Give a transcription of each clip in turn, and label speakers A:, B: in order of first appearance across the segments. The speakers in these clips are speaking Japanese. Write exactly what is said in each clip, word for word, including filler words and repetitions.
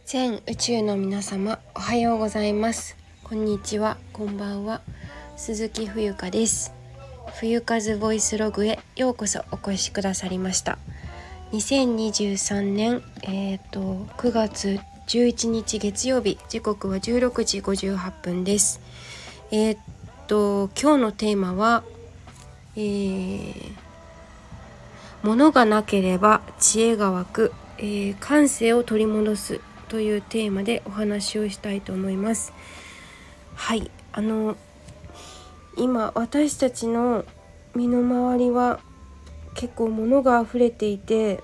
A: 全宇宙の皆様、おはようございます。こんにちは、こんばんは。鈴木冬香です。冬風ボイスログへようこそお越しくださりました。にせんにじゅうさんねん、えー、とくがつじゅういちにち月曜日、時刻はじゅうろくじごじゅうはっぷんです。えー、っと今日のテーマは、えー、物がなければ知恵が湧く、えー、感性を取り戻すというテーマでお話をしたいと思います。はい、あの今私たちの身の回りは結構物が溢れていて、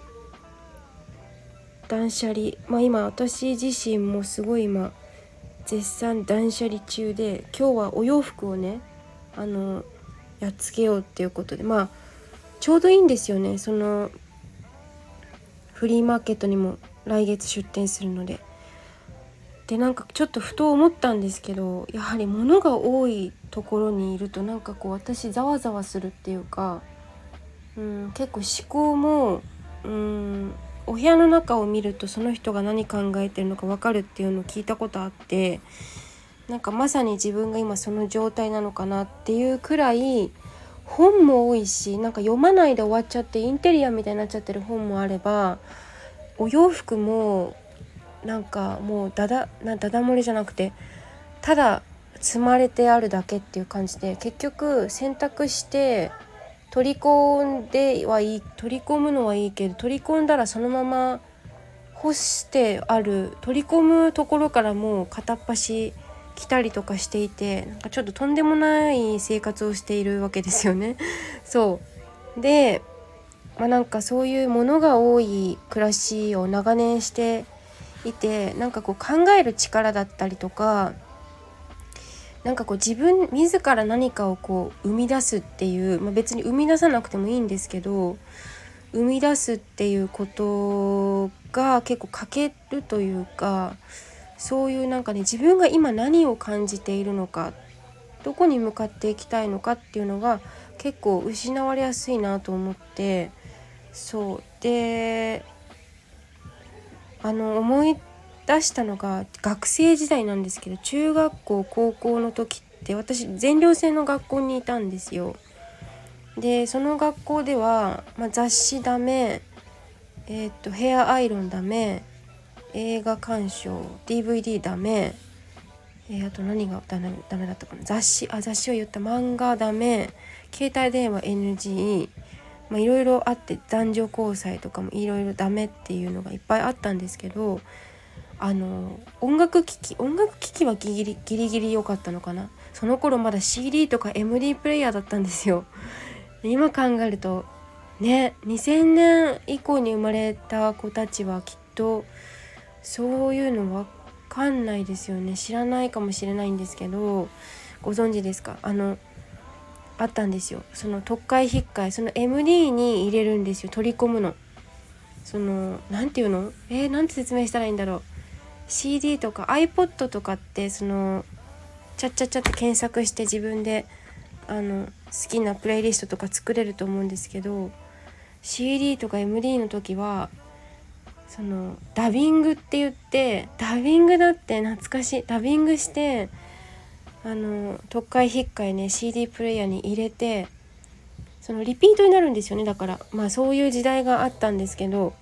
A: 断捨離、まあ今私自身もすごい今絶賛断捨離中で、今日はお洋服をねあのやっつけようっていうことで、まあちょうどいいんですよね。そのフリーマーケットにも来月出店するので。でなんかちょっとふと思ったんですけど、やはり物が多いところにいるとなんかこう私ざわざわするっていうか、うん、結構思考も、うん、お部屋の中を見るとその人が何考えてるのか分かるっていうのを聞いたことあって、なんかまさに自分が今その状態なのかなっていうくらい本も多いし、なんか読まないで終わっちゃってインテリアみたいになっちゃってる本もあれば、お洋服もなんかもうダダなダダ漏れじゃなくてただ積まれてあるだけっていう感じで、結局洗濯して取り込んではいい取り込むのはいいけど、取り込んだらそのまま干してある、取り込むところからもう片っ端来たりとかしていて、なんかちょっととんでもない生活をしているわけですよね。そうで、まあ、なんかそういうものが多い暮らしを長年していて、なんかこう考える力だったりとか、なんかこう自分自ら何かをこう生み出すっていう、まあ、別に生み出さなくてもいいんですけど、生み出すっていうことが結構欠けるというか、そういうなんかね、自分が今何を感じているのか、どこに向かっていきたいのかっていうのが結構失われやすいなと思って、そうであの思い出したのが学生時代なんですけど、中学校高校の時って私全寮制の学校にいたんですよ。でその学校では、まあ、雑誌ダメ、えー、とヘアアイロンダメ、映画鑑賞 ディーブイディー ダメ、えー、あと何がダメ、ダメだったかな、雑誌あ雑誌は言った、漫画ダメ、携帯電話 エヌジー、まあいろいろあって、男女交際とかもいろいろダメっていうのがいっぱいあったんですけど、あの音楽機器音楽機器はギリギリギリギリ良かったのかな。その頃まだ シーディー とか エムディー プレイヤーだったんですよ。今考えるとね、にせんねん以降に生まれた子たちはきっとそういうの分かんないですよね。知らないかもしれないんですけど、ご存知ですか？あのあったんですよ、その特会引っかえ、その エムディー に入れるんですよ、取り込むの。そのなんていうのえー、なんて説明したらいいんだろう。 シーディー とか iPod とかってそのチャッチャッチャって検索して自分であの好きなプレイリストとか作れると思うんですけど、 シーディー とか エムディー の時はそのダビングって言って、ダビングだって懐かしい、ダビングしてあの特会引っかえね シーディー プレイヤーに入れて、そのリピートになるんですよね。だからまあそういう時代があったんですけど、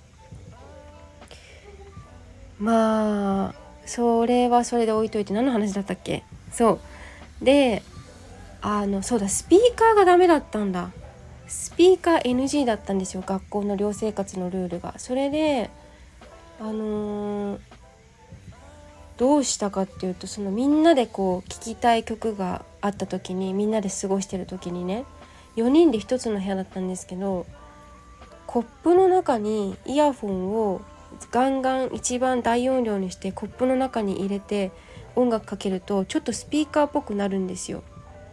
A: まあそれはそれで置いといて、何の話だったっけ。そうで、あのそうだ、スピーカーがダメだったんだ。スピーカー エヌジー だったんですよ、学校の寮生活のルールが。それであのー、どうしたかっていうと、そのみんなでこう聴きたい曲があった時に、みんなで過ごしてる時にね、よにんで一つの部屋だったんですけど、コップの中にイヤフォンをガンガン一番大音量にしてコップの中に入れて音楽かけるとちょっとスピーカーっぽくなるんですよ。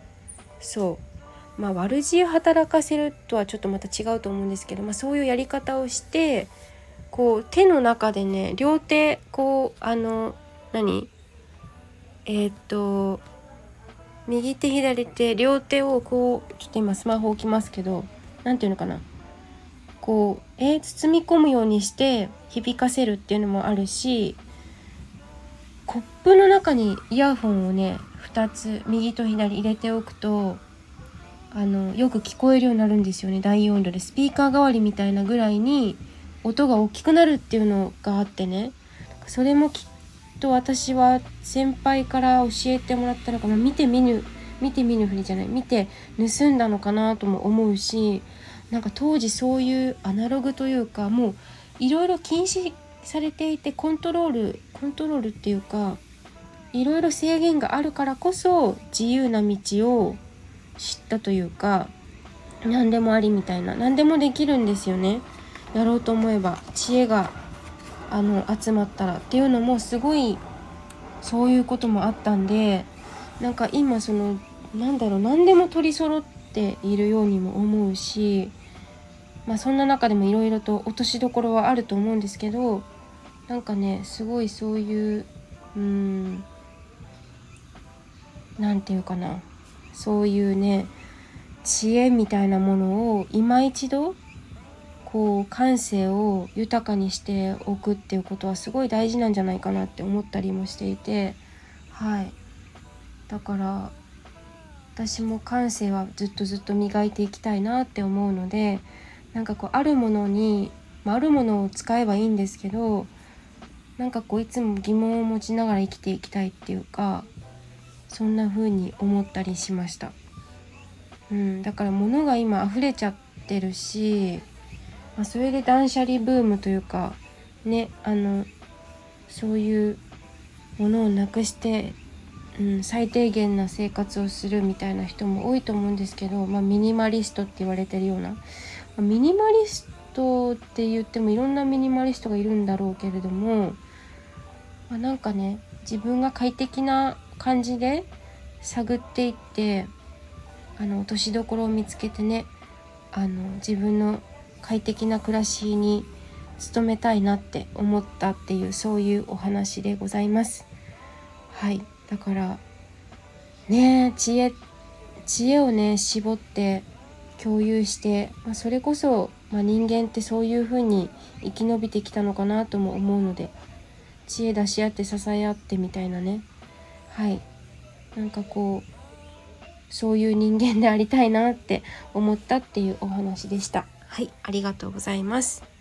A: そうまあ悪知恵働かせるとはちょっとまた違うと思うんですけど、まあ、そういうやり方をして、こう手の中でね、両手こうあの何えー、っと右手左手両手をこう、ちょっと今スマホ置きますけど、なんていうのかな、こう、えー、包み込むようにして響かせるっていうのもあるし、 コップの中にイヤホンをねふたつ右と左入れておくとあのよく聞こえるようになるんですよね。大音量でスピーカー代わりみたいなぐらいに音が大きくなるっていうのがあってね、それもきっと私は先輩から教えてもらったのかな、見て見ぬ見て見ぬふりじゃない見て盗んだのかなとも思うし、なんか当時そういうアナログというかもういろいろ禁止されていてコントロールコントロールっていうかいろいろ制限があるからこそ自由な道を知ったというか、何でもありみたいな、何でもできるんですよね、やろうと思えば。知恵があの集まったらっていうのもすごいそういうこともあったんで、なんか今そのなんだろう何でも取り揃っているようにも思うし、まあそんな中でもいろいろと落としどころはあると思うんですけど、なんかねすごいそういううーんなんていうかな、そういうね知恵みたいなものを今一度こう感性を豊かにしておくっていうことはすごい大事なんじゃないかなって思ったりもしていて、はい、だから私も感性はずっとずっと磨いていきたいなって思うので、なんかこうあるものに、まあ、あるものを使えばいいんですけど、なんかこういつも疑問を持ちながら生きていきたいっていうか、そんな風に思ったりしました。うん、だから物が今溢れちゃってるし、まあ、それで断捨離ブームというかね、あのそういうものをなくして、うん、最低限な生活をするみたいな人も多いと思うんですけど、まあ、ミニマリストって言われてるような、まあ、ミニマリストって言ってもいろんなミニマリストがいるんだろうけれども、まあ、なんかね自分が快適な感じで探っていって、あの落としどころを見つけてね、あの自分の快適な暮らしに努めたいなって思ったっていう、そういうお話でございます。はい、だからね知恵知恵をね絞って共有して、まあ、それこそ、まあ、人間ってそういう風に生き延びてきたのかなとも思うので、知恵出し合って支え合ってみたいなね、はい、なんかこうそういう人間でありたいなって思ったっていうお話でした。はい、ありがとうございます。